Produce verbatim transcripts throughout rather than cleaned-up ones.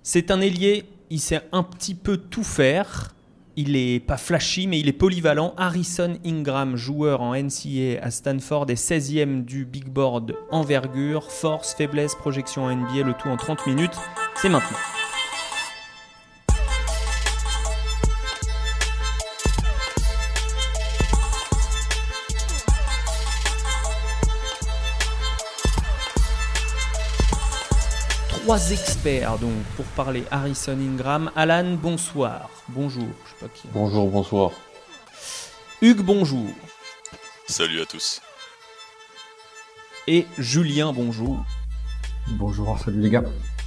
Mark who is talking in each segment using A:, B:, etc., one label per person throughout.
A: C'est un ailier, il sait un petit peu tout faire. Il n'est pas flashy, mais il est polyvalent. Harrison Ingram, joueur en N C A A à Stanford, est seizième du Big Board envergure, force, faiblesse, projection en N B A, le tout en trente minutes. C'est maintenant. Trois experts donc pour parler Harrison Ingram. Alan, bonsoir. Bonjour. Je sais pas qui.
B: Bonjour, bonsoir.
A: Hugues, bonjour.
C: Salut à tous.
A: Et Julien, bonjour.
D: Bonjour, salut les gars.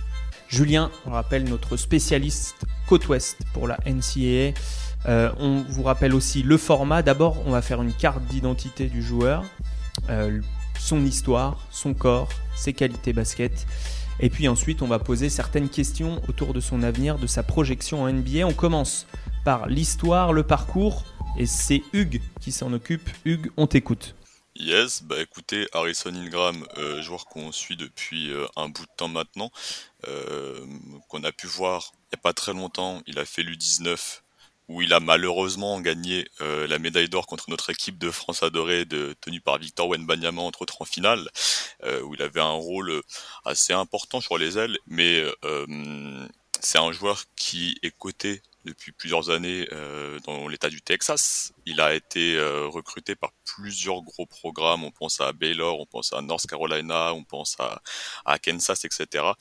A: Julien, on rappelle notre spécialiste côte ouest pour la N C A A. Euh, on vous rappelle aussi le format. D'abord, on va faire une carte d'identité du joueur, euh, son histoire, son corps, ses qualités basket. Et puis ensuite, on va poser certaines questions autour de son avenir, de sa projection en N B A. On commence par l'histoire, le parcours, et c'est Hugues qui s'en occupe. Hugues, on t'écoute.
C: Yes, bah écoutez, Harrison Ingram, euh, joueur qu'on suit depuis euh, un bout de temps maintenant, euh, qu'on a pu voir il n'y a pas très longtemps, il a fait l'U dix-neuf, où il a malheureusement gagné euh, la médaille d'or contre notre équipe de France adorée, de, tenue par Victor Wembanyama, entre autres en finale, euh, où il avait un rôle assez important sur les ailes, mais euh, c'est un joueur qui est coté depuis plusieurs années euh, dans l'État du Texas. Il a été euh, recruté par plusieurs gros programmes, on pense à Baylor, on pense à North Carolina, on pense à, à Kansas, et cetera.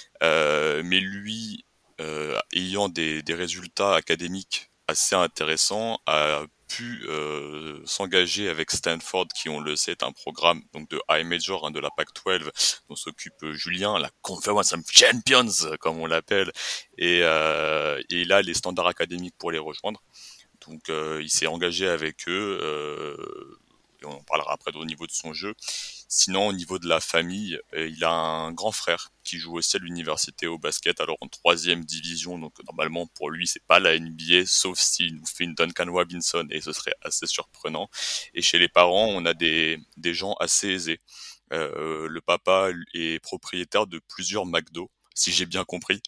C: Euh, mais lui, euh, ayant des, des résultats académiques assez intéressant, a pu euh, s'engager avec Stanford, qui on le sait est un programme donc de high major, hein, de la Pac douze, dont s'occupe Julien, la Conference of Champions comme on l'appelle, et, euh, et il a les standards académiques pour les rejoindre. Donc euh, il s'est engagé avec eux, euh, et on en parlera après au niveau de son jeu. Sinon, au niveau de la famille, euh, il a un grand frère qui joue aussi à l'université au basket, alors en troisième division, donc normalement pour lui c'est pas la N B A, sauf s'il nous fait une Duncan Robinson, et ce serait assez surprenant. Et chez les parents, on a des, des gens assez aisés. Euh, le papa est propriétaire de plusieurs McDo, si j'ai bien compris.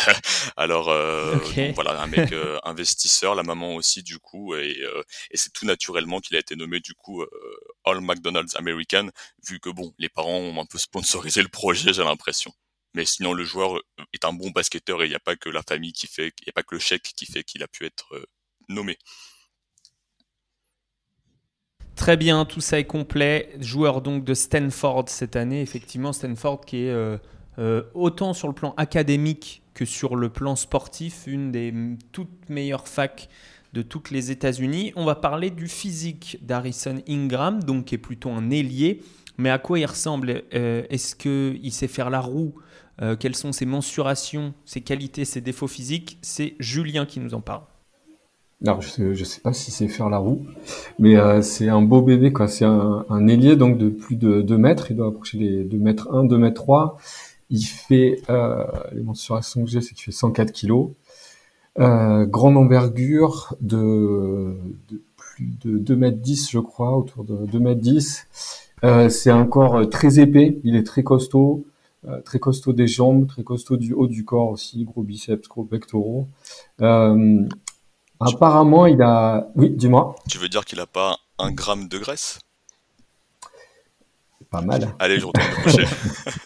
C: Alors euh,
A: Okay.
C: donc voilà, un mec euh, investisseur, la maman aussi du coup, et, euh, et c'est tout naturellement qu'il a été nommé du coup euh, All McDonald's American, vu que bon, les parents ont un peu sponsorisé le projet, j'ai l'impression. Mais sinon, le joueur est un bon basketteur et il n'y a pas que la famille qui fait, il n'y a pas que le chèque qui fait qu'il a pu être euh, nommé.
A: Très bien, tout ça est complet. Joueur donc de Stanford cette année, effectivement Stanford qui est euh, euh, autant sur le plan académique que sur le plan sportif, une des m- toutes meilleures facs de toutes les États-Unis. On va parler du physique d'Harrison Ingram, donc qui est plutôt un ailier. Mais à quoi il ressemble ? Euh, Est-ce qu'il sait faire la roue ? Euh, quelles sont ses mensurations, ses qualités, ses défauts physiques ? C'est Julien qui nous en parle.
D: Alors, je sais, je sais pas si c'est faire la roue, mais euh, c'est un beau bébé, quoi. C'est un, un ailier donc de plus de deux mètres. Il doit approcher les deux mètres un, deux mètres trois. Il fait, euh, les mensurations que j'ai, c'est qu'il fait cent quatre kilos. Euh, grande envergure de, de plus de deux mètres dix, je crois, autour de deux mètres dix. Euh, c'est un corps très épais. Il est très costaud. Euh, très costaud des jambes, très costaud du haut du corps aussi, gros biceps, gros pectoraux. Euh, apparemment, il a... Oui, dis-moi.
C: Tu veux dire qu'il a pas un gramme de graisse ?
D: Pas mal.
C: Allez, je retourne me coucher.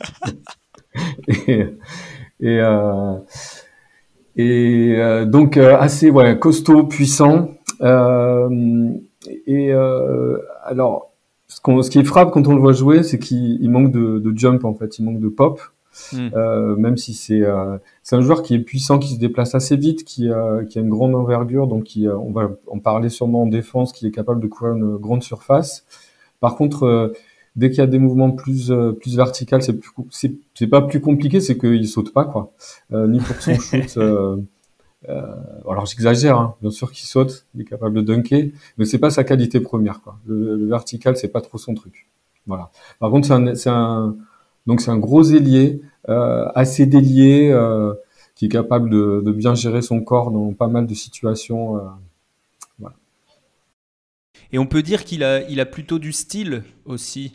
D: Et, et, euh, et euh, donc euh, assez ouais, costaud, puissant. Euh, et euh, alors, ce, qu'on, ce qui frappe quand on le voit jouer, c'est qu'il il manque de, de jump en fait, il manque de pop.
A: Mm.
D: Euh, même si c'est euh, c'est un joueur qui est puissant, qui se déplace assez vite, qui a qui a une grande envergure, donc qui euh, on va en parler sûrement en défense, qui est capable de couvrir une grande surface. Par contre, euh, dès qu'il y a des mouvements plus euh, plus verticaux, c'est plus c'est c'est pas plus compliqué, c'est qu'il saute pas quoi, euh, ni pour son shoot. Euh, euh, alors j'exagère, hein, bien sûr qu'il saute, il est capable de dunker, mais c'est pas sa qualité première quoi. Le, le vertical, c'est pas trop son truc. Voilà. Par contre, c'est un c'est un donc c'est un gros ailier, euh, assez délié, euh, qui est capable de, de bien gérer son corps dans pas mal de situations. Euh, voilà.
A: Et on peut dire qu'il a, il a plutôt du style aussi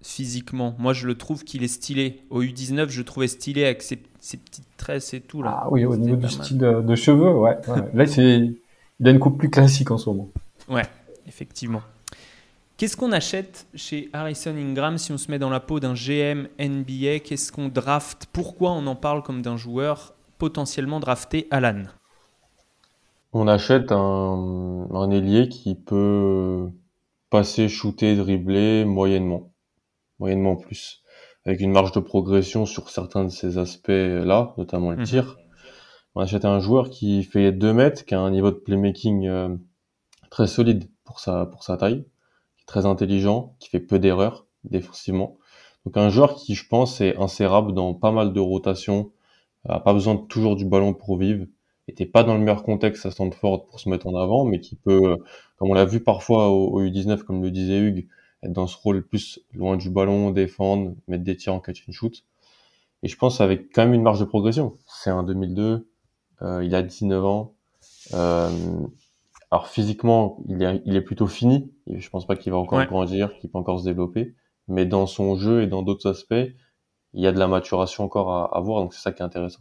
A: physiquement? Moi, je le trouve qu'il est stylé. Au U dix-neuf, je le trouvais stylé avec ses, ses petites tresses et tout. Là.
D: Ah oui, au
A: C'était
D: niveau
A: pas
D: du
A: mal.
D: style de, de cheveux, ouais. ouais. Là, c'est, il a une coupe plus classique en ce moment.
A: Ouais, effectivement. Qu'est-ce qu'on achète chez Harrison Ingram si on se met dans la peau d'un G M N B A? Qu'est-ce qu'on draft? Pourquoi on en parle comme d'un joueur potentiellement drafté, Alan?
B: On achète un, un ailier qui peut passer, shooter, dribbler moyennement, moyennement plus, avec une marge de progression sur certains de ces aspects-là, notamment le
A: Mhm.
B: tir. On achète un joueur qui fait deux mètres, qui a un niveau de playmaking euh, très solide pour sa, pour sa taille, qui est très intelligent, qui fait peu d'erreurs défensivement. Donc un joueur qui, je pense, est insérable dans pas mal de rotations, a pas besoin de toujours du ballon pour vivre, était pas dans le meilleur contexte à Stanford pour se mettre en avant, mais qui peut, comme on l'a vu parfois au, au U dix-neuf, comme le disait Hugues, être dans ce rôle plus loin du ballon, défendre, mettre des tirs en catch and shoot. Et je pense avec quand même une marge de progression. C'est un deux mille deux, euh, il a dix-neuf ans. Euh, alors physiquement, il est, il est plutôt fini. Et je pense pas qu'il va encore
A: Ouais.
B: grandir, qu'il peut encore se développer. Mais dans son jeu et dans d'autres aspects, il y a de la maturation encore à, à voir. Donc c'est ça qui est intéressant.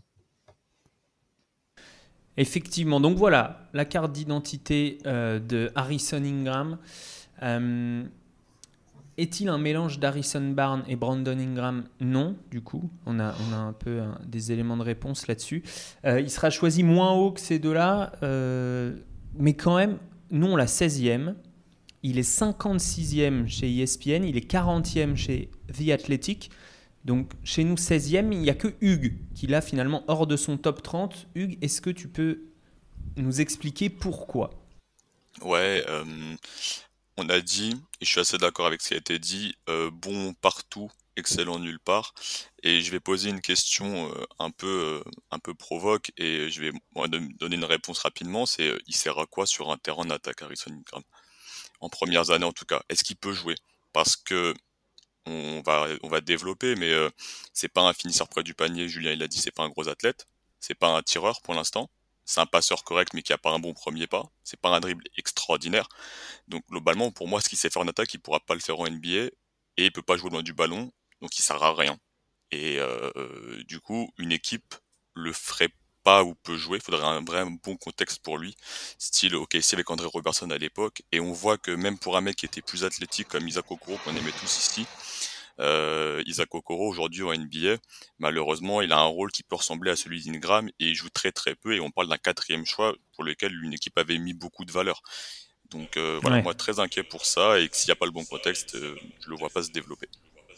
A: Effectivement. Donc voilà, la carte d'identité euh, de Harrison Ingram. Euh, est-il un mélange d'Harrison Barnes et Brandon Ingram? Non, du coup. On a, on a un peu hein, des éléments de réponse là-dessus. Euh, il sera choisi moins haut que ces deux-là. Euh, mais quand même, nous, on l'a seizième. Il est cinquante-sixième chez E S P N. Il est quarantième chez The Athletic. Donc, chez nous, seizième, il n'y a que Hugues qui l'a finalement hors de son top trente. Hugues, est-ce que tu peux nous expliquer pourquoi?
C: Ouais, euh, on a dit, et je suis assez d'accord avec ce qui a été dit, euh, bon partout, excellent nulle part. Et je vais poser une question euh, un peu euh, un peu provoque et je vais moi, don- donner une réponse rapidement. C'est euh, il sert à quoi sur un terrain d'attaque, Harrison Ingram? En premières années en tout cas. Est-ce qu'il peut jouer? Parce que on va on va développer, mais euh, c'est pas un finisseur près du panier. Julien il a dit, c'est pas un gros athlète, c'est pas un tireur pour l'instant. C'est un passeur correct mais qui a pas un bon premier pas. C'est pas un dribble extraordinaire. Donc globalement, pour moi, ce qu'il sait faire en attaque, il pourra pas le faire en N B A et il peut pas jouer loin du ballon, donc il sert à rien. Et euh, du coup, une équipe le ferait pas ou peut jouer. Il faudrait un vrai bon contexte pour lui, style O K C avec André Robertson à l'époque. Et on voit que même pour un mec qui était plus athlétique comme Isaac Okoro, qu'on aimait tous ici, euh, Isaac Okoro aujourd'hui en N B A, malheureusement, il a un rôle qui peut ressembler à celui d'Ingram et il joue très très peu. Et on parle d'un quatrième choix pour lequel une équipe avait mis beaucoup de valeur. Donc euh, voilà,
A: Ouais.
C: moi très inquiet pour ça et que s'il n'y a pas le bon contexte, euh, je le vois pas se développer.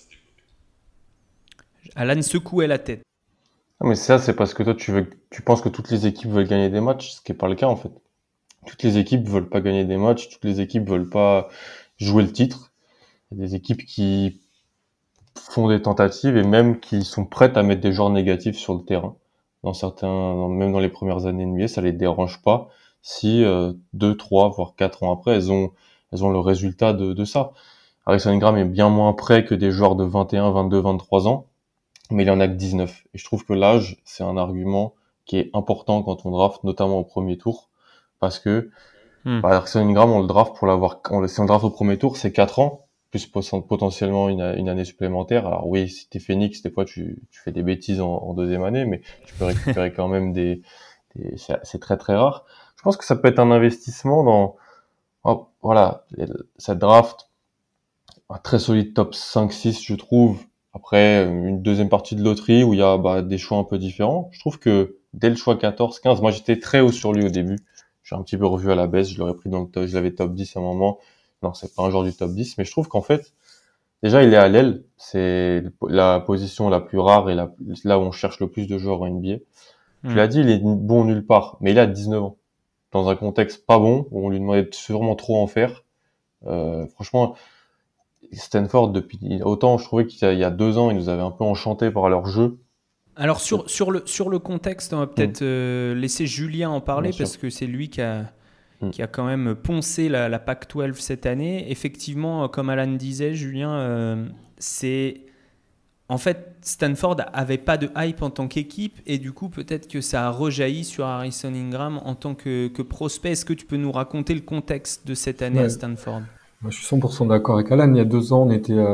A: Alan secouait la tête.
B: Ah, mais ça, c'est parce que toi, tu veux, tu penses que toutes les équipes veulent gagner des matchs, ce qui est pas le cas, en fait. Toutes les équipes veulent pas gagner des matchs, toutes les équipes veulent pas jouer le titre. Il y a des équipes qui font des tentatives et même qui sont prêtes à mettre des joueurs négatifs sur le terrain. Dans certains, dans- même dans les premières années N B A, ça les dérange pas si euh, deux, trois, voire quatre ans après, elles ont, elles ont le résultat de, de ça. Harrison Ingram est bien moins prêt que des joueurs de vingt et un, vingt-deux, vingt-trois ans, mais il en a que dix-neuf. Et je trouve que l'âge, c'est un argument qui est important quand on draft, notamment au premier tour, parce que
A: Hmm.
B: bah, Harrison Ingram, on le draft pour l'avoir, on, le- si on le draft au premier tour, c'est quatre ans, plus pot- potentiellement une, une année supplémentaire. Alors oui, si t'es Phoenix, des fois tu, tu fais des bêtises en, en deuxième année, mais tu peux récupérer quand même des, des c'est c'est très très rare. Je pense que ça peut être un investissement dans, oh, voilà, cette draft, un très solide top cinq six, je trouve. Après, une deuxième partie de loterie où il y a bah, des choix un peu différents. Je trouve que dès le choix quatorze, quinze, moi j'étais très haut sur lui au début. J'ai un petit peu revu à la baisse, je l'aurais pris dans le top, je l'avais top dix à un moment. Non, c'est pas un joueur du top dix, mais je trouve qu'en fait, déjà il est à l'aile. C'est la position la plus rare et la, là où on cherche le plus de joueurs en N B A. Tu
A: Hmm.
B: l'as dit, il est bon nulle part, mais il a dix-neuf ans. Dans un contexte pas bon, où on lui demandait de sûrement trop en faire. Euh, franchement, Stanford, depuis autant, je trouvais qu'il y a, il y a deux ans, ils nous avaient un peu enchantés par leur jeu.
A: Alors sur, sur, le, sur le contexte, on va peut-être euh, laisser Julien en parler
B: Bien sûr.
A: parce que c'est lui qui a,
B: Mm.
A: qui a quand même poncé la, la Pac douze cette année. Effectivement, comme Alan disait, Julien, euh, c'est... En fait, Stanford avait pas de hype en tant qu'équipe et du coup, peut-être que ça a rejailli sur Harrison Ingram en tant que, que prospect. Est-ce que tu peux nous raconter le contexte de cette année
D: Ouais.
A: à Stanford?
D: Moi, je suis cent pour cent d'accord avec Alan. Il y a deux ans, on était euh,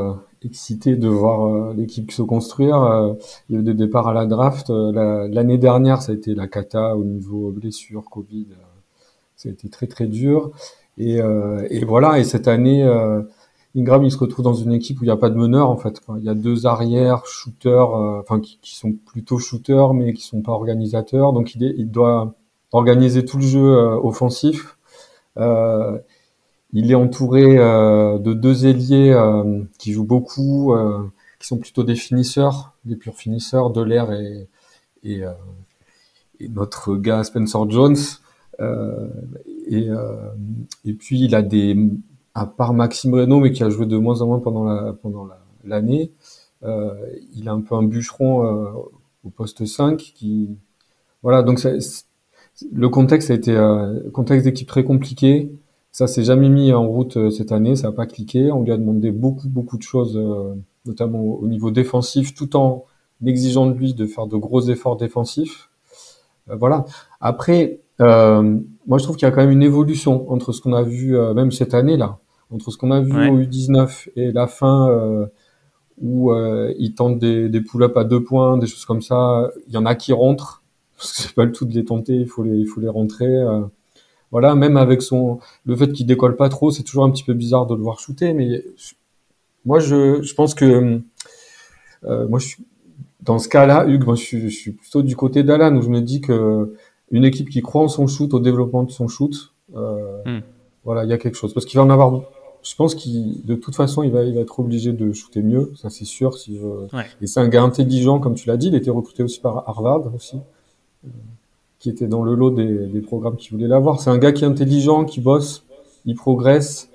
D: excité de voir euh, l'équipe se construire. Euh, il y a eu des départs à la draft. Euh, la, l'année dernière, ça a été la cata au niveau blessure, Covid. Euh, ça a été très très dur. Et, euh, et voilà. Et cette année, euh, Ingram, il se retrouve dans une équipe où il n'y a pas de meneur en fait. Quoi. Il y a deux arrières shooters, euh, enfin qui, qui sont plutôt shooters, mais qui sont pas organisateurs. Donc il, est, il doit organiser tout le jeu euh, offensif. Euh, Il est entouré euh, de deux ailiers euh, qui jouent beaucoup, euh, qui sont plutôt des finisseurs, des purs finisseurs, de l'air et, et, euh, et notre gars Spencer Jones. Euh, et, euh, et puis il a des, à part Maxime Reynaud, mais qui a joué de moins en moins pendant la, pendant la, l'année, euh, il a un peu un bûcheron euh, au poste cinq qui, voilà. Donc ça, le contexte a été euh, contexte d'équipe très compliqué. Ça s'est jamais mis en route euh, cette année, ça n'a pas cliqué. On lui a demandé beaucoup, beaucoup de choses, euh, notamment au, au niveau défensif, tout en exigeant de lui de faire de gros efforts défensifs. Euh, voilà. Après, euh, moi je trouve qu'il y a quand même une évolution entre ce qu'on a vu, euh, même cette année-là, entre ce qu'on a vu
A: Ouais.
D: au U dix-neuf et la fin, euh, où euh, il tente des, des pull-ups à deux points, des choses comme ça. Il y en a qui rentrent, parce que c'est pas le tout de les tenter, il faut les, il faut les rentrer. Euh, voilà, même avec son le fait qu'il décolle pas trop, c'est toujours un petit peu bizarre de le voir shooter, mais je- moi je je pense que euh, moi je suis dans ce cas-là, Hugues, moi je suis, je suis plutôt du côté d'Alan où je me dis que une équipe qui croit en son shoot, au développement de son shoot, euh,
A: Hmm.
D: voilà, il y a quelque chose parce qu'il va en avoir. Je pense qu'il de toute façon il va il va être obligé de shooter mieux, ça c'est sûr. Si je...
A: Ouais.
D: Et c'est un gars intelligent comme tu l'as dit, il était recruté aussi par Harvard aussi, qui était dans le lot des, des programmes qui voulaient l'avoir. C'est un gars qui est intelligent, qui bosse, il progresse.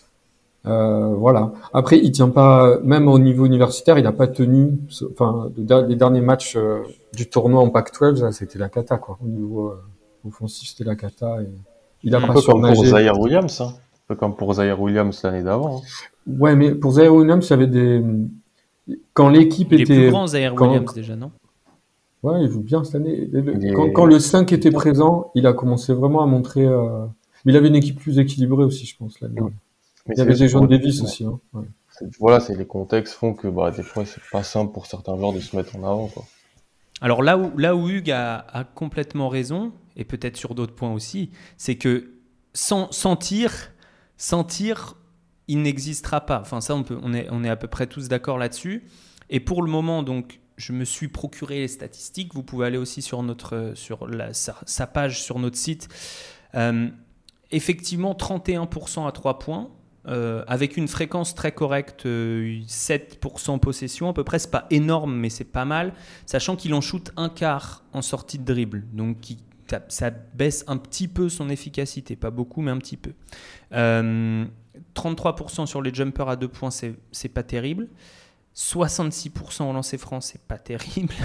D: Euh, voilà. Après, il tient pas, même au niveau universitaire, il n'a pas tenu. Enfin, le, les derniers matchs euh, du tournoi en Pac douze, là, c'était la cata, quoi. Au niveau euh, offensif, c'était la cata. Et il a
A: Hmm.
B: Un
D: pas
B: peu comme pour
D: surnagé.
B: Zaire Williams, hein. Un peu comme pour Zaire Williams l'année d'avant. Hein.
D: Ouais, mais pour Zaire Williams, il y avait des. Quand l'équipe
A: Il est
D: était.
A: plus grand, Zaire
D: quand...
A: Williams, déjà, non?
D: Ouais, il joue bien cette année. Le-
B: Il
D: Quand,
B: est...
D: quand le cinq était présent, il a commencé vraiment à montrer. Euh... Mais il avait une équipe plus équilibrée aussi, je pense. Là,
B: Mais
D: il y
B: c'est
D: avait
B: juste
D: des jeunes
B: pour...
D: Davis
B: ouais.
D: aussi. Hein. Ouais.
B: C'est- Voilà, c'est les contextes font que bah, des fois c'est pas simple pour certains joueurs de se mettre en avant, quoi.
A: Alors là où, là où Hugues a, a complètement raison, et peut-être sur d'autres points aussi, c'est que sans, sans tir, sans tir, il n'existera pas. Enfin ça, on, peut, on, est, on est à peu près tous d'accord là-dessus. Et pour le moment, donc, je me suis procuré les statistiques. Vous pouvez aller aussi sur, notre, sur la, sa, sa page sur notre site. Euh, effectivement, trente et un pour cent à trois points. Euh, avec une fréquence très correcte, euh, sept pour cent possession à peu près, c'est pas énorme mais c'est pas mal, sachant qu'il en shoot un quart en sortie de dribble, donc qui, ça, ça baisse un petit peu son efficacité, pas beaucoup mais un petit peu. Euh, trente-trois pour cent sur les jumpers à deux points, c'est, c'est pas terrible. soixante-six pour cent au lancer franc, c'est pas terrible.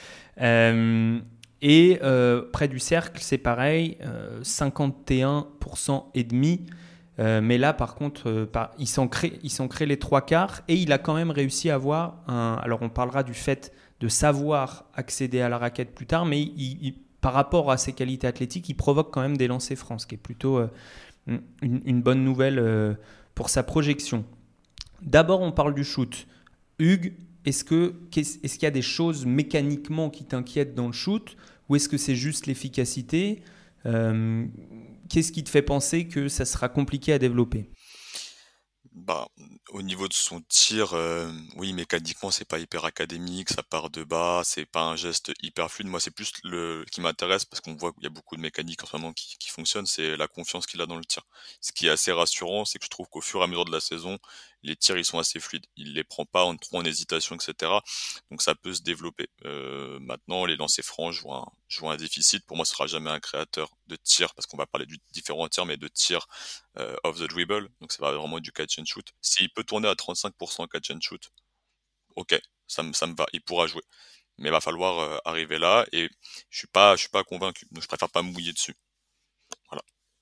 A: euh, et euh, près du cercle, c'est pareil, euh, cinquante et un pour cent et demi. Euh, mais là, par contre, euh, par, il, s'en crée, il s'en crée les trois quarts et il a quand même réussi à avoir un. Alors, on parlera du fait de savoir accéder à la raquette plus tard, mais il, il, par rapport à ses qualités athlétiques, il provoque quand même des lancers francs, ce qui est plutôt euh, une, une bonne nouvelle euh, pour sa projection. D'abord, on parle du shoot. Hugues, est-ce, que, est-ce qu'il y a des choses mécaniquement qui t'inquiètent dans le shoot ou est-ce que c'est juste l'efficacité ? euh, Qu'est-ce qui te fait penser que ça sera compliqué à développer ?
C: Bah, au niveau de son tir, euh, oui, mécaniquement, c'est pas hyper académique, ça part de bas, c'est pas un geste hyper fluide. Moi, c'est plus le qui m'intéresse parce qu'on voit qu'il y a beaucoup de mécanique en ce moment qui, qui fonctionne, c'est la confiance qu'il a dans le tir. Ce qui est assez rassurant, c'est que je trouve qu'au fur et à mesure de la saison, les tirs, ils sont assez fluides. Il les prend pas en, trop en hésitation, et cetera. Donc, ça peut se développer. Euh, maintenant, les lancers francs jouent un, jouent un déficit. Pour moi, ce sera jamais un créateur de tir parce qu'on va parler du différents tirs, mais de tir euh, off the dribble. Donc, ça va vraiment être du catch and shoot. S'il peut tourner à trente-cinq pour cent catch and shoot, ok, ça me, ça me va, il pourra jouer. Mais il va falloir euh, arriver là et je suis pas, je suis pas convaincu. Donc, je préfère pas me mouiller dessus. Voilà.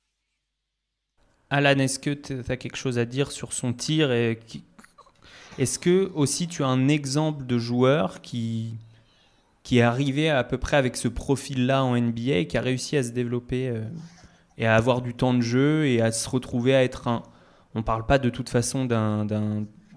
A: Alan, est-ce que tu as quelque chose à dire sur son tir et qui... Est-ce que aussi tu as un exemple de joueur qui, qui est arrivé à, à peu près avec ce profil-là en N B A et qui a réussi à se développer euh, et à avoir du temps de jeu et à se retrouver à être un... On ne parle pas de toute façon d'un, d'un,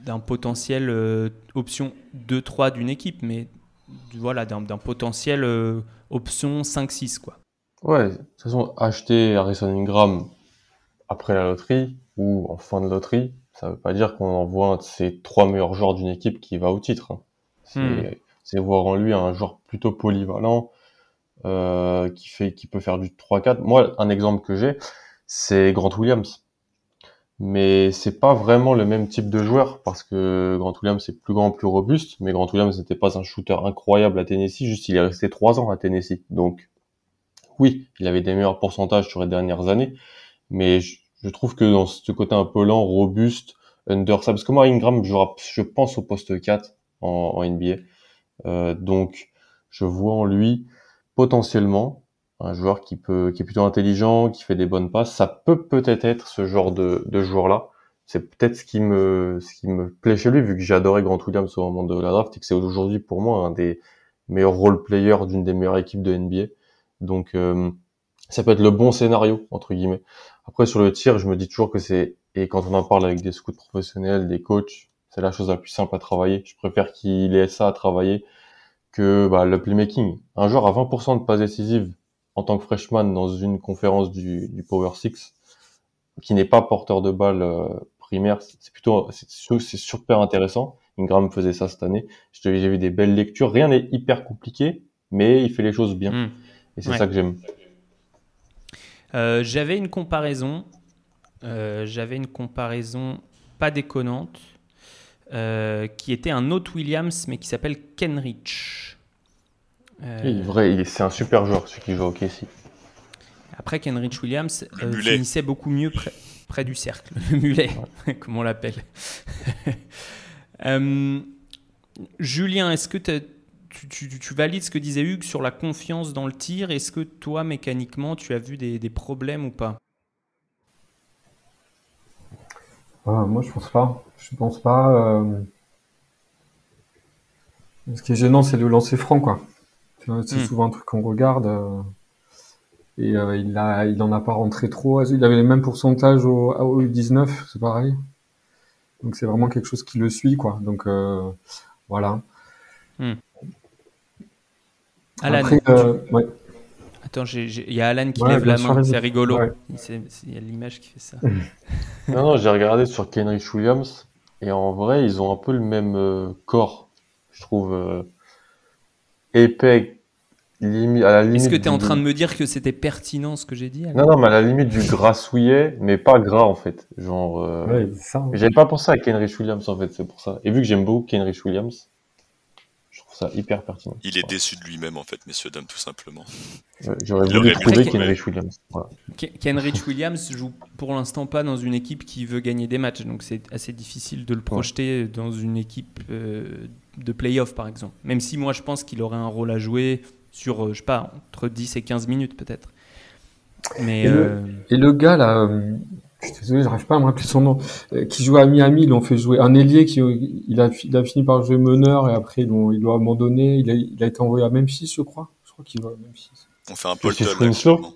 A: d'un potentiel euh, option deux trois d'une équipe, mais voilà, d'un, d'un potentiel euh, option cinq six, quoi.
B: Ouais, de toute façon, acheter Harrison Ingram après la loterie ou en fin de loterie, ça veut pas dire qu'on envoie un de ces trois meilleurs joueurs d'une équipe qui va au titre, hein.
A: Hmm.
B: C'est, c'est voir en lui un joueur plutôt polyvalent, euh, qui fait, qui peut faire du trois quatre. Moi, un exemple que j'ai, c'est Grant Williams. Mais c'est pas vraiment le même type de joueur parce que Grant Williams est plus grand, plus robuste, mais Grant Williams n'était pas un shooter incroyable à Tennessee, juste il est resté trois ans à Tennessee. Donc oui, il avait des meilleurs pourcentages sur les dernières années, mais je, je trouve que dans ce côté un peu lent, robuste, under ça, parce que moi Ingram, je, je pense au poste quatre en, en N B A, euh, donc je vois en lui potentiellement un joueur qui peut, qui est plutôt intelligent, qui fait des bonnes passes. Ça peut peut-être être ce genre de, de joueur-là. C'est peut-être ce qui me, ce qui me plaît chez lui, vu que j'ai adoré Grant Williams au moment de la draft et que c'est aujourd'hui pour moi un des meilleurs role players d'une des meilleures équipes de N B A. Donc, euh, ça peut être le bon scénario, entre guillemets. Après, sur le tir, je me dis toujours que c'est, et quand on en parle avec des scouts professionnels, des coachs, c'est la chose la plus simple à travailler. Je préfère qu'il ait ça à travailler que bah, le playmaking. Un joueur à vingt pour cent de passes décisives en tant que freshman dans une conférence du, du Power Six, qui n'est pas porteur de balle euh, primaire, c'est plutôt c'est, c'est super intéressant. Ingram faisait ça cette année. J'ai vu des belles lectures. Rien n'est hyper compliqué, mais il fait les choses bien.
A: Hmm.
B: Et c'est
A: Ouais.
B: ça que j'aime.
A: Euh, j'avais une comparaison, euh, j'avais une comparaison pas déconnante, euh, qui était un autre Williams, mais qui s'appelle Kenrich. Euh,
B: Il est vrai, il est- c'est un super joueur, celui qui joue au K C.
A: Après, Kenrich Williams
C: Le
A: euh,
C: mulet.
A: finissait beaucoup mieux près, près du cercle, le mulet, comme on l'appelle. Euh, Julien, est-ce que t'as- tu, tu- tu valides ce que disait Hugues sur la confiance dans le tir? Est-ce que toi, mécaniquement, tu as vu des, des problèmes ou pas?
D: Ah, moi, je pense pas. Je pense pas. euh, Ce qui est gênant, c'est le lancer franc, quoi. C'est c'est
A: Hmm.
D: souvent un truc qu'on regarde. euh, Et euh, il a, il en a pas rentré trop. Il avait les mêmes pourcentages au, au U dix-neuf, c'est pareil. Donc c'est vraiment quelque chose qui le suit, quoi. Donc euh, voilà.
A: Hmm. Alan,
D: Après,
A: tu-
D: euh, ouais,
A: attends, j'ai- j'ai- il y a Alan qui
D: ouais,
A: lève
D: bien
A: la
D: sûr,
A: main,
D: vas-y.
A: c'est rigolo.
D: Ouais.
A: Il, c'est- c'est- il y a l'image qui fait ça.
B: Non, non, j'ai regardé sur Kenrich Williams, et en vrai, ils ont un peu le même euh, corps, je trouve, euh, épais, limi- à la
A: Est-ce que
B: limite
A: tu es en train de
B: du...
A: me dire que c'était pertinent ce que j'ai dit, Alan?
B: Non, non, mais à la limite du grassouillet, mais pas gras, en fait. Genre, euh...
D: Ouais, c'est ça.
B: mais j'avais pas pensé à Kenrich Williams, en fait, c'est pour ça. Et vu que j'aime beaucoup Kenrich Williams, je trouve ça hyper pertinent.
C: Il est
B: Voilà.
C: déçu de lui-même, en fait, messieurs, dames, tout simplement.
B: Ouais, j'aurais
C: Il
B: voulu
C: aurait
B: trouver
A: Après,
B: Kenrich Williams. Voilà.
A: Ke- Kenrich Williams joue pour l'instant pas dans une équipe qui veut gagner des matchs, donc c'est assez difficile de le projeter dans une équipe euh, de play-off, par exemple. Même si moi, je pense qu'il aurait un rôle à jouer sur, euh, je sais pas, entre dix et quinze minutes peut-être. Mais
D: Et le-
A: euh,
D: Et le gars là, euh, je suis désolé, j'arrive pas à me rappeler son nom, euh, qui jouait à Miami, ils l'ont fait jouer un ailier qui il a, il a fini par jouer meneur et après ils l'ont ils l'ont abandonné. Il a, il a été envoyé à Memphis, je crois. Je crois qu'il va à Memphis.
C: On fait un polton
B: Justice
C: actuellement.
B: Winslow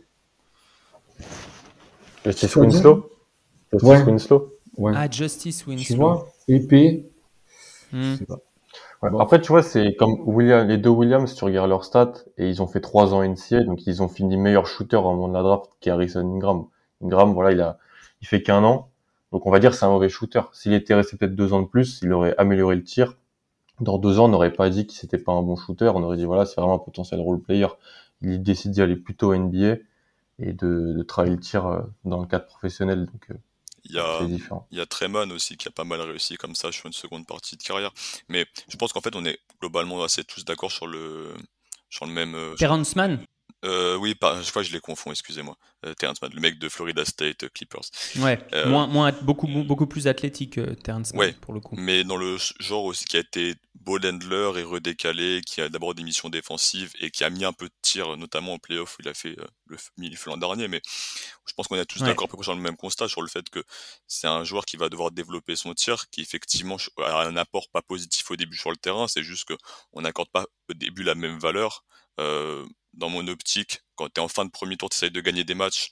B: Justice
D: Tu as dit
B: Winslow Justice
D: Ouais.
B: Winslow
D: Ouais.
A: ah, Justice
D: Tu
A: Winslow.
D: vois, épais.
A: Hmm.
D: Je sais pas.
B: Ouais.
D: Bon.
B: Après, tu vois, c'est comme William, les deux Williams, tu regardes leurs stats, et ils ont fait trois ans N C A A, donc ils ont fini meilleur shooter au moment de la draft qu'Harrison Ingram. Ingram, voilà, il a, il fait qu'un an, donc on va dire que c'est un mauvais shooter. S'il était resté peut-être deux ans de plus, il aurait amélioré le tir. Dans deux ans, on n'aurait pas dit que c'était pas un bon shooter, on aurait dit voilà, c'est vraiment un potentiel role player. Il décide d'y aller plutôt N B A et de, de travailler le tir euh, dans le cadre professionnel, donc euh,
C: Il y a,
B: c'est différent.
C: il y a Tremon aussi qui a pas mal réussi comme ça sur une seconde partie de carrière. Mais je pense qu'en fait, on est globalement assez tous d'accord sur le, sur le même. euh,
A: Terrence Mann.
C: Euh, oui, pas, je crois que je les confonds, excusez-moi. Euh, Terrence Mann, le mec de Florida State euh, Clippers.
A: Ouais,
C: Euh,
A: moins, moins, beaucoup, beaucoup plus athlétique, euh, Terrence Mann,
C: Ouais,
A: pour le coup.
C: mais dans le genre aussi qui a été ball handler et redécalé, qui a d'abord des missions défensives et qui a mis un peu de tir, notamment en playoff où il a fait euh, le millefeu l'an dernier. Mais je pense qu'on est tous
A: Ouais.
C: d'accord à peu près sur le même constat sur le fait que c'est un joueur qui va devoir développer son tir, qui effectivement a un apport pas positif au début sur le terrain. C'est juste que on n'accorde pas au début la même valeur. Euh, dans mon optique, quand tu es en fin de premier tour, tu essayes de gagner des matchs.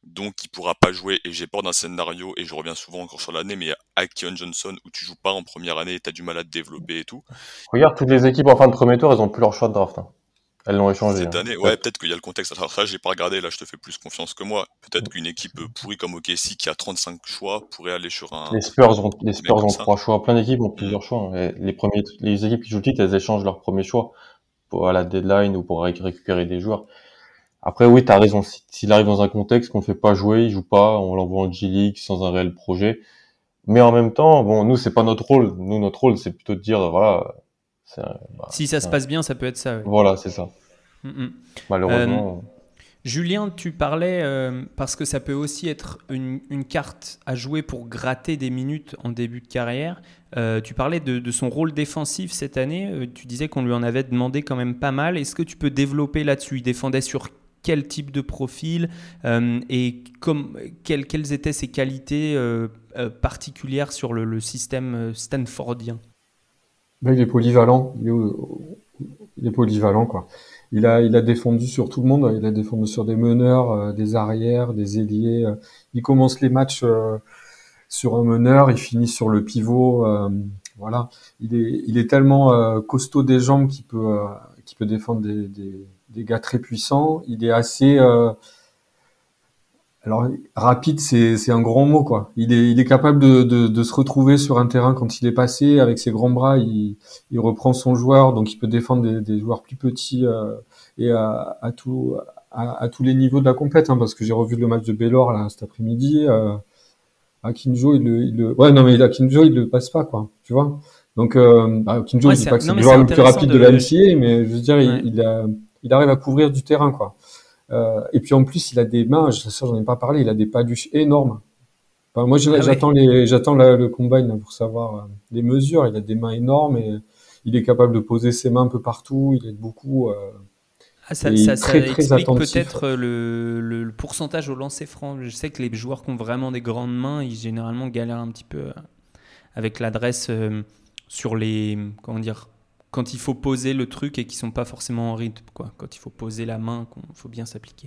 C: donc il pourra pas jouer. Et j'ai peur d'un scénario, et je reviens souvent encore sur l'année, mais il y a Keon Johnson où tu joues pas en première année et t'as du mal à te développer et tout.
B: Regarde, toutes les équipes en fin de premier tour, elles ont plus leur choix de draft. Hein. Elles l'ont échangé.
C: Cette
B: Hein.
C: année, ouais, peut-être qu'il y a le contexte. Alors ça, j'ai pas regardé, là je te fais plus confiance que moi. Peut-être qu'une équipe pourrie comme O K C qui a trente-cinq choix pourrait aller sur un
B: Les Spurs ont, les
C: mec
B: Spurs
C: comme
B: ont
C: ça.
B: trois choix. Plein d'équipes ont
C: Mm.
B: plusieurs choix. Hein. Et les premiers, les équipes qui jouent le titre, elles échangent leur premier choix pour à la deadline ou pour ré- récupérer des joueurs. Après, oui, t'as raison. Si- S'il arrive dans un contexte qu'on fait pas jouer, il joue pas, on l'envoie en G League sans un réel projet. Mais en même temps, bon, nous, c'est pas notre rôle. Nous, notre rôle, c'est plutôt de dire, voilà, c'est un- bah,
A: Si ça
B: c'est
A: se
B: un-
A: passe bien, ça peut être ça. Ouais.
B: voilà, c'est ça.
A: Mm, mm. Euh,
B: Malheureusement,
A: Julien, tu parlais, euh, parce que ça peut aussi être une, une carte à jouer pour gratter des minutes en début de carrière. Euh, tu parlais de, de son rôle défensif cette année. Euh, tu disais qu'on lui en avait demandé quand même pas mal. Est-ce que tu peux développer là-dessus? Il défendait sur quel type de profil euh, et comme, quelles, quelles étaient ses qualités euh, euh, particulières sur le, le système euh, stanfordien?
D: Là, il est polyvalent. Il est, il est polyvalent, quoi. Il a, il a défendu sur tout le monde. Il a défendu sur des meneurs, euh, des arrières, des ailiers. euh. Il commence les matchs euh, sur un meneur, il finit sur le pivot. euh, voilà. Il est, il est tellement euh, costaud des jambes qu'il peut, euh, qu'il peut défendre des, des, des gars très puissants. Il est assez, euh, alors rapide, c'est c'est un grand mot, quoi. Il est il est capable de, de de se retrouver sur un terrain quand il est passé avec ses grands bras. Il il reprend son joueur, donc il peut défendre des, des joueurs plus petits euh, et à à tout à, à tous les niveaux de la compète, hein, parce que j'ai revu le match de Baylor là cet après-midi. Euh, Akinjo, il le, il le ouais non mais Akinjo il le passe pas, quoi. Tu vois. Donc euh, bah, Akinjo,
A: Ouais,
D: je dis pas que
A: c'est,
D: c'est
A: non,
D: le
A: mais c'est
D: joueur le plus
A: intéressant
D: rapide de la
A: de.
D: N C A A, mais je veux dire
A: Ouais.
D: il, il a il arrive à couvrir du terrain, quoi. Euh, et puis en plus, il a des mains, ça j'en ai pas parlé, il a des paluches énormes. Enfin, moi,
A: Ah
D: j'attends
A: ouais.
D: les, j'attends la- le combine là, pour savoir euh, les mesures. Il a des mains énormes et il est capable de poser ses mains un peu partout. Il aide beaucoup euh,
A: Ah, ça,
D: et il
A: ça,
D: est
A: ça
D: très très
A: explique
D: attentif.
A: peut-être le, le- le pourcentage au lancer franc. Je sais que les joueurs qui ont vraiment des grandes mains, ils généralement galèrent un petit peu euh, avec l'adresse euh, sur les. Comment dire? Quand il faut poser le truc et qu'ils sont pas forcément en rythme, quoi. Quand il faut poser la main, il faut bien s'appliquer.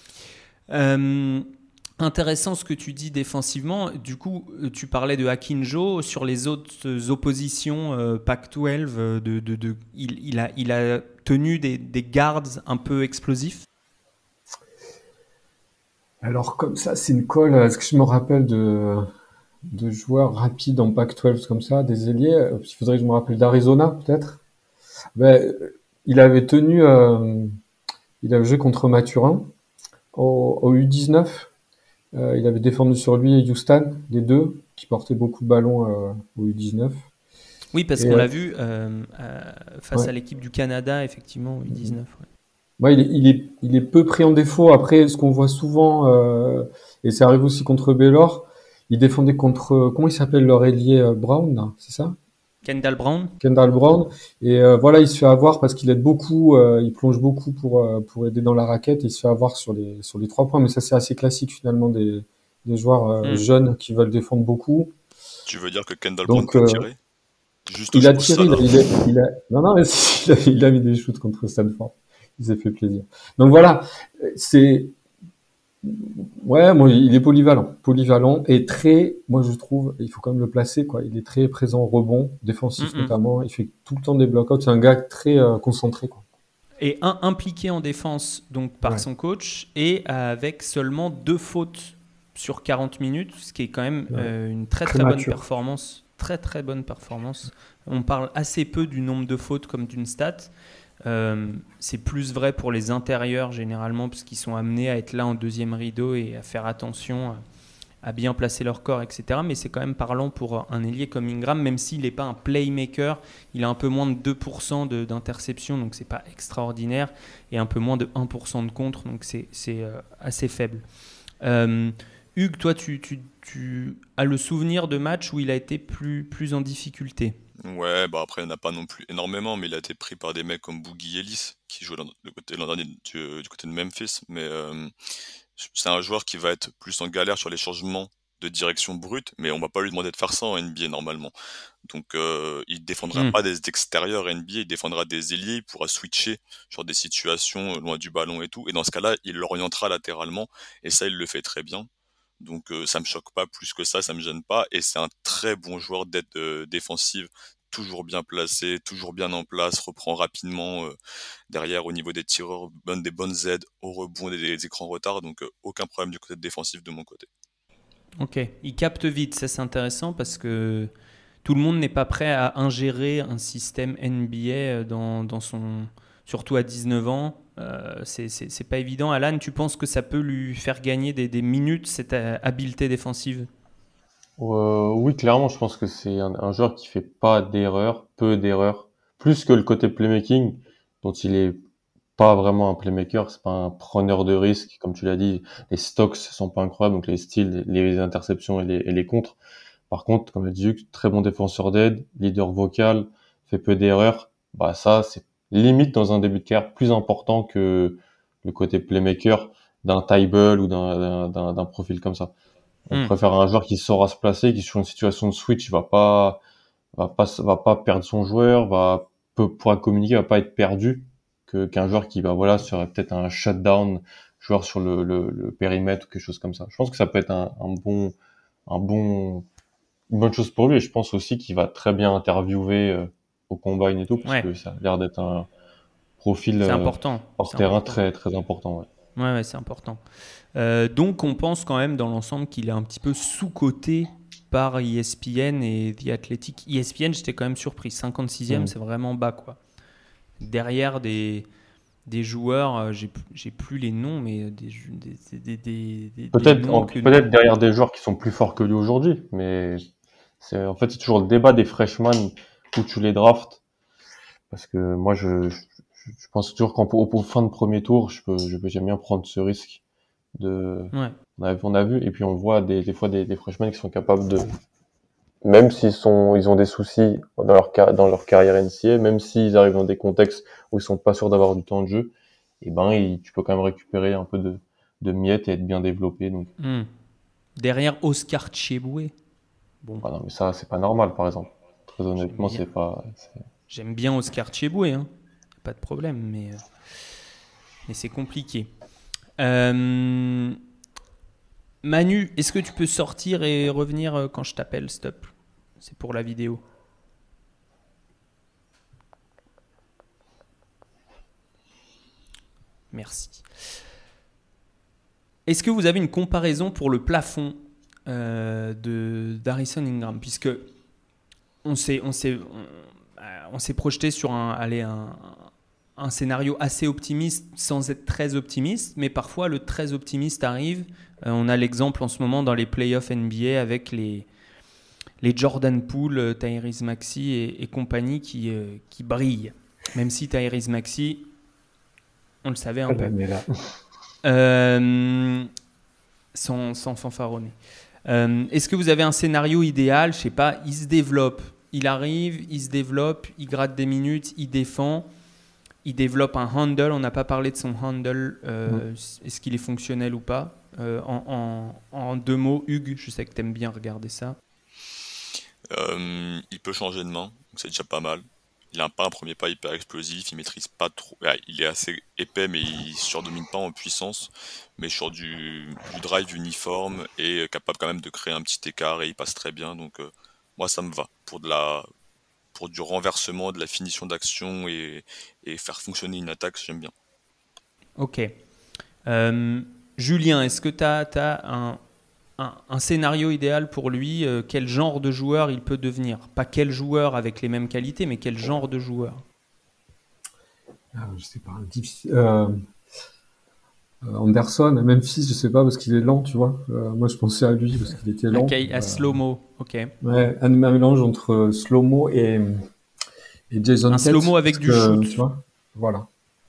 A: Euh, Intéressant ce que tu dis défensivement. Du coup, tu parlais de Akinjo. Sur les autres oppositions euh, Pac douze, euh, de, de, de, il, il, a, il a tenu des, des guards un peu explosifs.
D: Alors comme ça, c'est une colle. Est-ce que je me rappelle de, de joueurs rapides en Pac douze comme ça, des ailiers? Euh, Il faudrait que je me rappelle d'Arizona peut-être. Ben, il avait tenu, euh, il avait joué contre Mathurin au, au U dix-neuf. Euh, il avait défendu sur lui et Houston, les deux, qui portaient beaucoup de ballons euh, au U dix-neuf.
A: Oui, parce
D: Et
A: qu'on
D: euh,
A: l'a vu euh, euh, face
D: ouais.
A: à l'équipe du Canada, effectivement, U dix-neuf. Ouais.
D: Ouais, il est, il est, il est peu pris en défaut. Après, ce qu'on voit souvent, euh, et ça arrive aussi contre Baylor, il défendait contre, comment il s'appelle leur ailier euh, Brown, là, c'est ça?
A: Kendall Brown.
D: Kendall Brown. Et euh, voilà, il se fait avoir parce qu'il aide beaucoup, euh, il plonge beaucoup pour, euh, pour aider dans la raquette et il se fait avoir sur les, sur les trois points. Mais ça, c'est assez classique finalement des, des joueurs euh,
A: Hmm.
D: jeunes qui veulent défendre beaucoup.
C: Tu veux dire que Kendall Brown
D: Donc,
C: peut
D: euh,
C: tirer? Juste au,
D: il a
C: au
D: tiré,
C: sol,
D: il a,
C: hein.
D: il a, il a- non, non, mais il a, il a mis des shoots contre Stanford. Il s'est fait plaisir. Donc voilà, c'est, ouais, moi, il est polyvalent, polyvalent et très, moi je trouve, il faut quand même le placer, quoi. Il est très présent au rebond, défensif
A: Mm, mm.
D: notamment. Il fait tout le temps des blockouts. C'est un gars très euh, concentré, quoi.
A: Et un impliqué en défense donc par
D: Ouais.
A: son coach et avec seulement deux fautes sur quarante minutes, ce qui est quand même
D: Ouais.
A: euh, une très
D: Très
A: très bonne
D: mature.
A: performance. Très très bonne performance. On parle assez peu du nombre de fautes comme d'une stat. Euh, c'est plus vrai pour les intérieurs généralement parce qu'ils sont amenés à être là en deuxième rideau et à faire attention à, à bien placer leur corps, et cetera. Mais c'est quand même parlant pour un ailier comme Ingram, même s'il n'est pas un playmaker, il a un peu moins de deux pour cent de, d'interception, donc c'est pas extraordinaire, et un peu moins de un pour cent de contre, donc c'est, c'est euh, assez faible. Euh, Hugues, toi, tu, tu, tu as le souvenir de matchs où il a été plus, plus en difficulté.
C: Ouais, bah après, il n'y en a pas non plus énormément, mais il a été pris par des mecs comme Boogie Ellis, qui joue l'an le côté- l'an dernier du, du côté de Memphis. Mais euh, c'est un joueur qui va être plus en galère sur les changements de direction brute, mais on va pas lui demander de faire ça en N B A normalement. Donc euh, il défendra
A: Mm.
C: pas des extérieurs N B A, il défendra des ailiers, il pourra switcher sur des situations loin du ballon et tout. Et dans ce cas-là, il l'orientera latéralement, et ça il le fait très bien. Donc euh, ça me choque pas plus que ça, ça me gêne pas, et c'est un très bon joueur d'aide euh, défensive, toujours bien placé, toujours bien en place, reprend rapidement euh, derrière au niveau des tireurs, donne des bonnes aides au rebond des, des écrans retard, donc euh, aucun problème du côté défensif de mon côté.
A: Ok, il capte vite, ça c'est intéressant parce que tout le monde n'est pas prêt à ingérer un système N B A dans, dans son, surtout à dix-neuf ans. Euh, c'est, c'est, c'est pas évident. Alan, tu penses que ça peut lui faire gagner des, des minutes, cette euh, habileté défensive?
B: Euh, oui, clairement, je pense que c'est un, un joueur qui fait pas d'erreurs, peu d'erreurs, plus que le côté playmaking, dont il est pas vraiment un playmaker, c'est pas un preneur de risque, comme tu l'as dit, les stocks sont pas incroyables, donc les styles, les interceptions et les, et les contres. Par contre, comme l'a dit Hugues, très bon défenseur d'aide, leader vocal, fait peu d'erreurs. Bah ça, c'est limite dans un début de carrière plus important que le côté playmaker d'un Tybalt ou d'un, d'un, d'un, d'un profil comme ça. On
A: Hmm.
B: préfère un joueur qui saura se placer, qui sur une situation de switch va pas, va pas, va pas perdre son joueur, va peut, pourra communiquer, va pas être perdu, que qu'un joueur qui va voilà serait peut-être un shutdown joueur sur le, le, le périmètre ou quelque chose comme ça. Je pense que ça peut être un, un bon, un bon, une bonne chose pour lui, et je pense aussi qu'il va très bien interviewer euh, au combine et tout, parce
A: Ouais,
B: que ça a l'air d'être un profil
A: c'est
B: euh,
A: important.
B: hors
A: C'est
B: terrain
A: important.
B: très très important. Ouais.
A: Ouais, ouais, c'est important. Euh, donc, on pense quand même dans l'ensemble qu'il est un petit peu sous-coté par E S P N et The Athletic. E S P N, j'étais quand même surpris. cinquante-sixième,
B: Mm.
A: c'est vraiment bas, quoi. Derrière des, des joueurs, euh, j'ai, j'ai plus les noms, mais des, des, des, des, des, des
B: Peut-être
A: noms
B: en-
A: que...
B: peut-être derrière des joueurs qui sont plus forts que lui aujourd'hui, mais c'est en fait c'est toujours le débat des freshmen où tu les drafts, parce que moi je je, je pense toujours qu'en au, au fin de premier tour, je peux je peux j'aime bien prendre ce risque de
A: Ouais.
B: on a, on a vu, et puis on voit des, des fois des, des freshmen qui sont capables de, même s'ils sont ils ont des soucis dans leur ca- dans leur carrière N C A A, même s'ils arrivent dans des contextes où ils sont pas sûrs d'avoir du temps de jeu, et ben ils- tu peux quand même récupérer un peu de de miettes et être bien développé. Donc
A: Hmm. Derrière Oscar Tshiebwe. Bon,
B: voilà, mais ça c'est pas normal, par exemple. Très
A: j'aime
B: honnêtement,
A: bien.
B: c'est pas c'est-
A: J'aime bien Oscar Tshiebwe, hein. Pas de problème, mais, euh, mais c'est compliqué. Euh, Manu, est-ce que tu peux sortir et revenir euh, quand je t'appelle, stop? C'est pour la vidéo. Merci. Est-ce que vous avez une comparaison pour le plafond euh, de d'Harrison Ingram, puisque on s'est on s'est on, on s'est projeté sur un allez, un un scénario assez optimiste sans être très optimiste, mais parfois le très optimiste arrive. Euh, on a l'exemple en ce moment dans les playoffs N B A avec les les Jordan Poole, Tyrese Maxey et, et compagnie qui euh, qui brillent. Même si Tyrese Maxey, on le savait un
D: Ah
A: peu.
D: ben, mais là,
A: Euh, sans, sans fanfaronner. Euh, est-ce que vous avez un scénario idéal? Je sais pas, il se développe, il arrive, il se développe, il gratte des minutes, il défend, il développe un handle. On n'a pas parlé de son handle. Euh,
B: Mm.
A: Est-ce qu'il est fonctionnel ou pas? Euh, en, en, en deux mots, Hugues, je sais que tu aimes bien regarder ça.
C: Euh, il peut changer de main, donc c'est déjà pas mal. Il a pas un premier pas hyper explosif, il maîtrise pas trop. Ouais, il est assez épais, mais il surdomine pas en puissance. Mais sur du, du drive uniforme et capable quand même de créer un petit écart, et il passe très bien. Donc euh, moi ça me va pour de la, pour du renversement, de la finition d'action et, et faire fonctionner une attaque, j'aime bien.
A: Ok. Euh, Julien, est-ce que tu as un, un, un scénario idéal pour lui? euh, Quel genre de joueur il peut devenir? Pas quel joueur avec les mêmes qualités, mais quel genre de joueur?
D: ah, je sais pas, difficile. Euh, euh, Anderson, à Memphis, je sais pas, parce qu'il est lent, tu vois. Euh, moi, je pensais à lui parce qu'il était lent.
A: Ok, à
D: Euh,
A: slow-mo. Ok.
D: ouais, un mélange entre euh, Slow-Mo et, et Jason
A: Un
D: Tate.
A: slow-mo avec
D: parce
A: du
D: que,
A: shoot.
D: tu vois, voilà.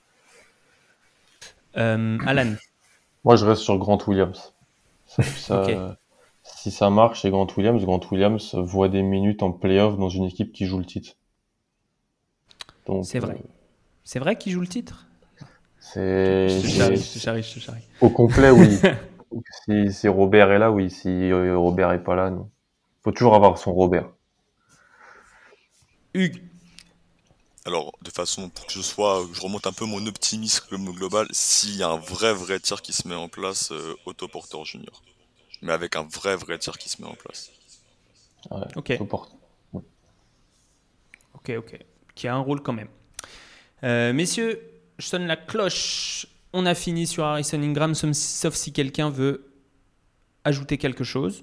A: Euh, Alan.
B: Moi, je reste sur Grant Williams. Ça,
A: Ok.
B: ça- si ça marche chez Grant Williams, Grant Williams voit des minutes en playoff dans une équipe qui joue le titre. Donc,
A: C'est
B: euh,
A: vrai. C'est vrai qu'il joue le titre? Je
B: c'est,
A: te
B: c'est-
A: charrie, je te
B: c'est-
A: charrie, je te charrie.
B: au complet, oui. si, si Robert est là, oui. Si euh, Robert est pas là, non. Faut toujours avoir son Robert.
A: Hugues.
C: Alors, de façon pour que je sois, je remonte un peu mon optimisme global, s'il y a un vrai vrai tir qui se met en place, euh, Otto Porter Junior Mais avec un vrai vrai tir qui se met en place.
B: Ouais,
A: Ok.
B: Otto Porter. Ouais.
A: Ok, ok. Qui a un rôle quand même. Euh, messieurs, je sonne la cloche. On a fini sur Harrison Ingram, sauf si quelqu'un veut ajouter quelque chose.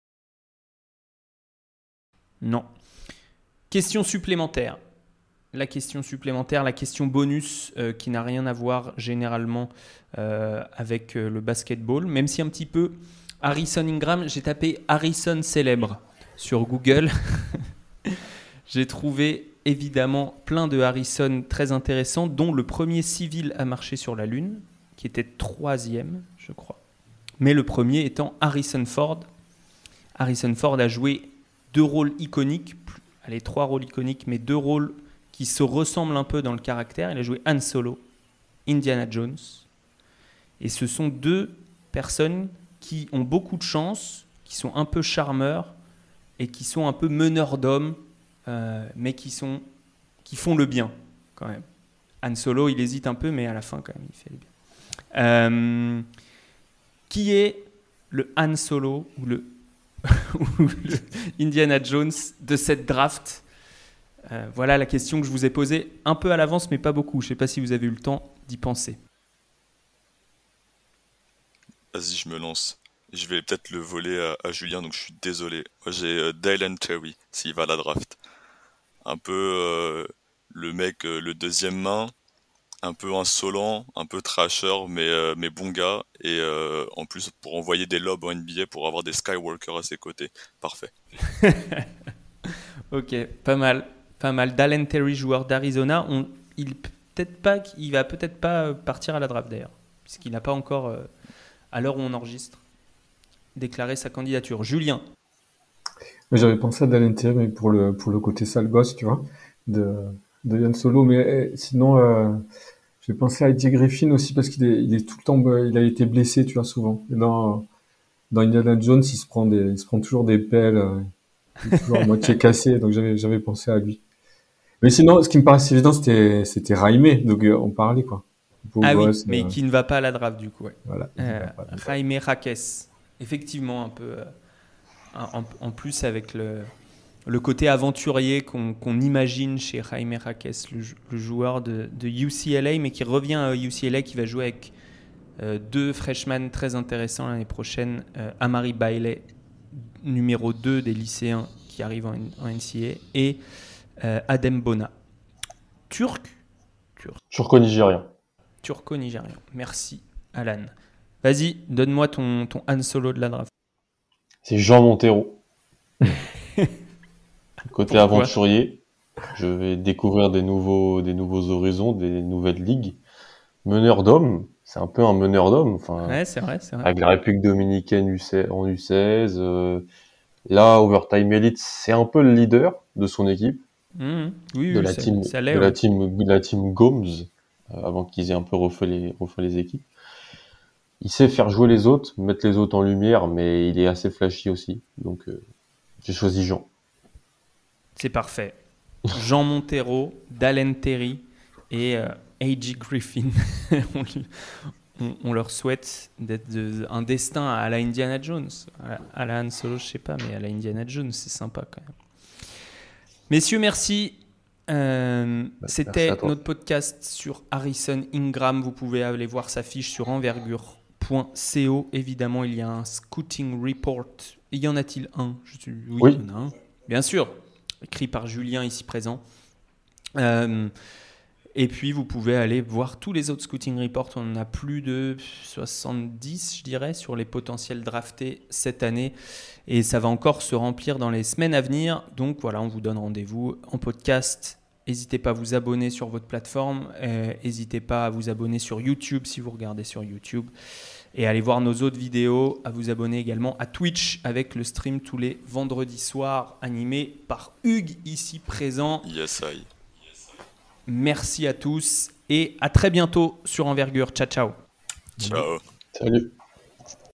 A: Non. Question supplémentaire. La question supplémentaire, la question bonus euh, qui n'a rien à voir généralement euh, avec euh, le basketball, même si un petit peu. Harrison Ingram, j'ai tapé Harrison célèbre sur Google. J'ai trouvé évidemment plein de Harrison très intéressants, dont le premier civil à marcher sur la Lune, qui était troisième, je crois. Mais le premier étant Harrison Ford. Harrison Ford a joué deux rôles iconiques, allez, trois rôles iconiques, mais deux rôles qui se ressemblent un peu dans le caractère. Il a joué Han Solo, Indiana Jones. Et ce sont deux personnes qui ont beaucoup de chance, qui sont un peu charmeurs et qui sont un peu meneurs d'hommes, euh, mais qui, sont, qui font le bien quand même. Han Solo, il hésite un peu, mais à la fin, quand même, il fait le bien. Euh, qui est le Han Solo ou le, ou le Indiana Jones de cette draft? euh, Voilà la question que je vous ai posée un peu à l'avance, mais pas beaucoup. Je ne sais pas si vous avez eu le temps d'y penser.
C: Vas-y, je me lance. Je vais peut-être le voler à, à Julien, donc je suis désolé. Moi, j'ai euh, Dylan Terry, s'il va à la draft. Un peu euh, le mec, euh, le deuxième main, un peu insolent, un peu trasher, mais, euh, mais bon gars. Et euh, en plus, pour envoyer des lobes en N B A, pour avoir des Skywalker à ses côtés. Parfait.
A: Ok, pas mal. Pas mal. Dylan Terry, joueur d'Arizona. On, il, peut-être pas, il va peut-être pas partir à la draft d'ailleurs, puisqu'il n'a pas encore, euh, à l'heure où on enregistre, déclaré sa candidature. Julien.
D: Mais j'avais pensé à Dylan Terry, mais pour le, pour le côté sale gosse, tu vois, de, de Han Solo. Mais eh, sinon, euh, j'ai pensé à Eddie Griffin aussi parce qu'il est, il est tout le temps, il a été blessé, tu vois, souvent. Et dans, dans Indiana Jones, il se prend des, il se prend toujours des pelles, euh, il est toujours à moitié cassé, donc j'avais, j'avais pensé à lui. Mais sinon, ce qui me paraissait évident, c'était, c'était Raimé, donc euh, on parlait, quoi. Beau
A: Ah oui,
D: gosse,
A: mais
D: euh,
A: qui ne va pas à la draft du coup. Ouais.
D: voilà.
A: Euh, Jaime Jaquez. Effectivement, un peu. Euh, en, en plus, avec le, le côté aventurier qu'on, qu'on imagine chez Jaime Jaquez, le, le joueur de, de U C L A, mais qui revient à U C L A, qui va jouer avec euh, deux freshmen très intéressants l'année prochaine. Euh, Amari Bailey, numéro deux des lycéens qui arrivent en, en N C A A, et euh, Adem Bona. Turc
B: Turco-nigérien.
A: Turco-nigérien. Merci, Alan. Vas-y, donne-moi ton, ton Han Solo de la draft.
B: C'est Jean Montero. Côté
A: Pourquoi
B: aventurier, je vais découvrir des nouveaux, des nouveaux horizons, des nouvelles ligues. Meneur d'hommes, c'est un peu un meneur d'hommes. Enfin,
A: Ouais, c'est vrai, c'est vrai.
B: avec la République dominicaine U seize, en U seize. Euh, là, Overtime Elite, c'est un peu le leader de son équipe,
A: Mmh, oui,
B: de
A: oui,
B: la
A: ça,
B: team,
A: ça l'est.
B: de
A: Ouais.
B: la team, de la team Gomes, euh, avant qu'ils aient un peu refait les, refait les équipes. Il sait faire jouer les autres, mettre les autres en lumière, mais il est assez flashy aussi. Donc, euh, j'ai choisi Jean.
A: C'est parfait. Jean Montero, Dalen Terry et euh, A J Griffin. on, on, on leur souhaite d'être de, un destin à la Indiana Jones. À la Han Solo, je sais pas, mais à la Indiana Jones, c'est sympa quand même. Messieurs, merci. Euh,
B: Bah,
A: c'était
B: merci
A: notre podcast sur Harrison Ingram. Vous pouvez aller voir sa fiche sur envergure point co. Évidemment, il y a un scouting report. Et y en a-t-il un? Je suis... Oui,
B: Oui.
A: il y en a un. Bien sûr, écrit par Julien ici présent. Euh, et puis, vous pouvez aller voir tous les autres scouting reports. On en a plus de soixante-dix, je dirais, sur les potentiels draftés cette année. Et ça va encore se remplir dans les semaines à venir. Donc voilà, on vous donne rendez-vous en podcast. N'hésitez pas à vous abonner sur votre plateforme. Euh, n'hésitez pas à vous abonner sur YouTube si vous regardez sur YouTube. Et à aller voir nos autres vidéos. À vous abonner également à Twitch avec le stream tous les vendredis soirs animé par Hugues ici présent.
C: Yes, I.
A: Merci à tous et à très bientôt sur Envergure. Ciao, ciao.
C: Ciao.
B: Salut.